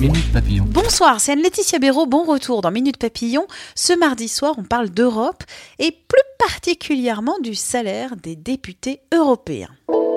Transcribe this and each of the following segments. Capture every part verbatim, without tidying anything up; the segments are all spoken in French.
Minute Papillon. Bonsoir, c'est Anne-Laetitia Béraud, bon retour dans Minute Papillon. Ce mardi soir, on parle d'Europe et plus particulièrement du salaire des députés européens.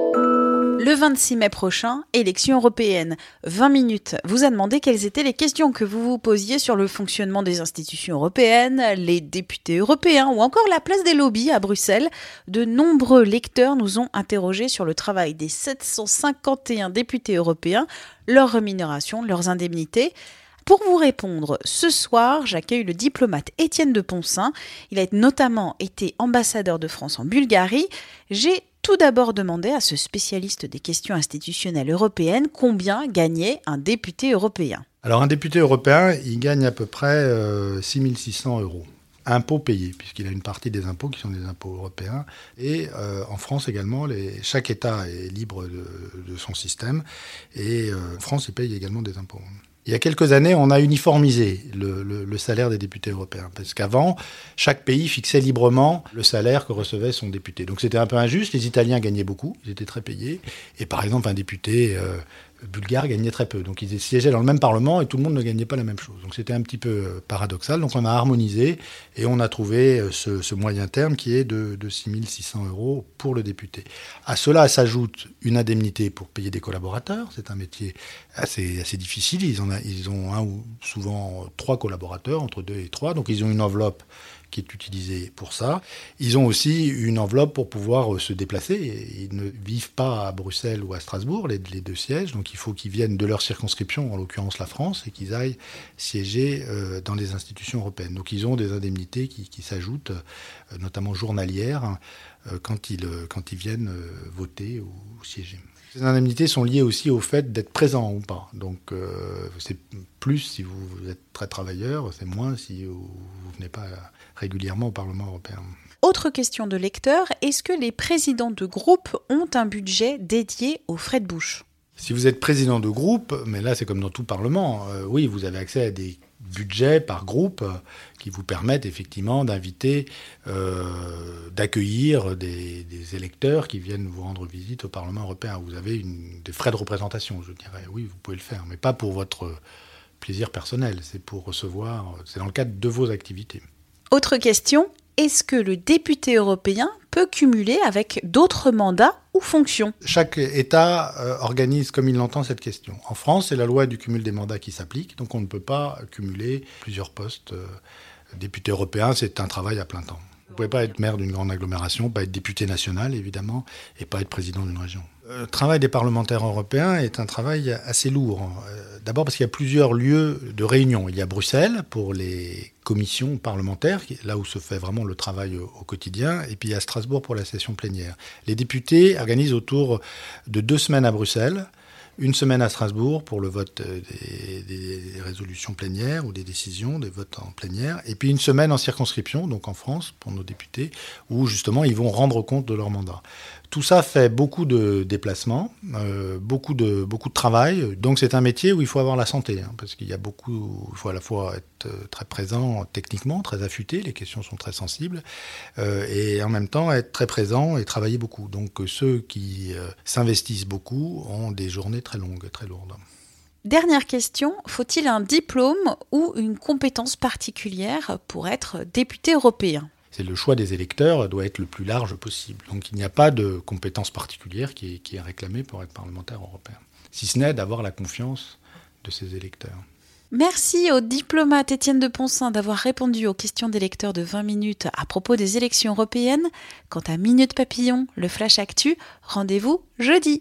Le vingt-six mai prochain, élection européenne. vingt minutes vous a demandé quelles étaient les questions que vous vous posiez sur le fonctionnement des institutions européennes, les députés européens ou encore la place des lobbies à Bruxelles. De nombreux lecteurs nous ont interrogés sur le travail des sept cent cinquante et un députés européens, leur rémunération, leurs indemnités. Pour vous répondre, ce soir, j'accueille le diplomate Étienne de Poncin. Il a notamment été ambassadeur de France en Bulgarie. J'ai tout d'abord demandé à ce spécialiste des questions institutionnelles européennes combien gagnait un député européen. Alors un député européen, il gagne à peu près euh, six mille six cents euros. Impôts payés, puisqu'il a une partie des impôts qui sont des impôts européens. Et euh, en France également, les, chaque État est libre de, de son système. Et euh, en France, il paye également des impôts. Il y a quelques années, on a uniformisé le, le, le salaire des députés européens. Parce qu'avant, chaque pays fixait librement le salaire que recevait son député. Donc c'était un peu injuste. Les Italiens gagnaient beaucoup, ils étaient très payés. Et par exemple, un député euh, bulgare gagnait très peu. Donc ils siégeaient dans le même Parlement et tout le monde ne gagnait pas la même chose. Donc c'était un petit peu paradoxal. Donc on a harmonisé et on a trouvé ce, ce moyen terme qui est de, de six mille six cents euros pour le député. À cela s'ajoute une indemnité pour payer des collaborateurs. C'est un métier assez, assez difficile. Ils, en a, ils ont un ou souvent trois collaborateurs, entre deux et trois. Donc ils ont une enveloppe qui est utilisée pour ça. Ils ont aussi une enveloppe pour pouvoir se déplacer. Ils ne vivent pas à Bruxelles ou à Strasbourg, les, les deux sièges. Donc il faut qu'ils viennent de leur circonscription, en l'occurrence la France, et qu'ils aillent siéger euh, dans les institutions européennes. Donc ils ont des indemnités qui, qui s'ajoutent, euh, notamment journalières, euh, quand, ils, euh, quand ils viennent euh, voter ou, ou siéger. Ces indemnités sont liées aussi au fait d'être présent ou pas. Donc euh, c'est plus si vous êtes très travailleur, c'est moins si vous ne venez pas régulièrement au Parlement européen. Autre question de lecteur, est-ce que les présidents de groupe ont un budget dédié aux frais de bouche ? Si vous êtes président de groupe, mais là c'est comme dans tout Parlement, euh, oui, vous avez accès à des budgets par groupe euh, qui vous permettent effectivement d'inviter, euh, d'accueillir des, des électeurs qui viennent vous rendre visite au Parlement européen. Vous avez une, des frais de représentation, je dirais. Oui, vous pouvez le faire, mais pas pour votre plaisir personnel, c'est pour recevoir, c'est dans le cadre de vos activités. Autre question, est-ce que le député européen peut cumuler avec d'autres mandats ou fonctions ? Chaque État euh, organise comme il l'entend cette question. En France, c'est la loi du cumul des mandats qui s'applique, donc on ne peut pas cumuler plusieurs postes. Euh, député européen, c'est un travail à plein temps. Vous ne pouvez pas être maire d'une grande agglomération, pas être député national, évidemment, et pas être président d'une région. Le travail des parlementaires européens est un travail assez lourd. D'abord parce qu'il y a plusieurs lieux de réunion. Il y a Bruxelles pour les commissions parlementaires, là où se fait vraiment le travail au quotidien, et puis il y a Strasbourg pour la session plénière. Les députés organisent autour de deux semaines à Bruxelles, une semaine à Strasbourg pour le vote des, des résolutions plénières ou des décisions, des votes en plénière, et puis une semaine en circonscription, donc en France, pour nos députés, où justement ils vont rendre compte de leur mandat. Tout ça fait beaucoup de déplacements, euh, beaucoup, de, beaucoup de travail. Donc c'est un métier où il faut avoir la santé, hein, parce qu'il y a beaucoup, il faut à la fois être très présent techniquement, très affûté, les questions sont très sensibles, euh, et en même temps être très présent et travailler beaucoup. Donc ceux qui euh, s'investissent beaucoup ont des journées très longues, très lourdes. Dernière question, faut-il un diplôme ou une compétence particulière pour être député européen ? C'est le choix des électeurs doit être le plus large possible. Donc il n'y a pas de compétence particulière qui est, qui est réclamée pour être parlementaire européen. Si ce n'est d'avoir la confiance de ses électeurs. Merci au diplomate Étienne de Poncin d'avoir répondu aux questions des lecteurs de vingt minutes à propos des élections européennes. Quant à Minute Papillon, le Flash Actu, rendez-vous jeudi.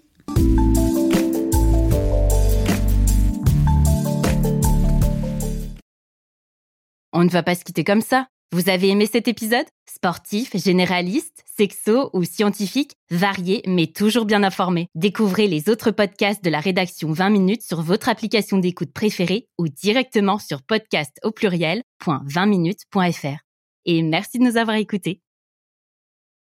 On ne va pas se quitter comme ça. Vous avez aimé cet épisode ? Sportif, généraliste, sexo ou scientifique, varié mais toujours bien informé. Découvrez les autres podcasts de la rédaction vingt minutes sur votre application d'écoute préférée ou directement sur podcast au pluriel point vingt minutes point f r. Et merci de nous avoir écoutés.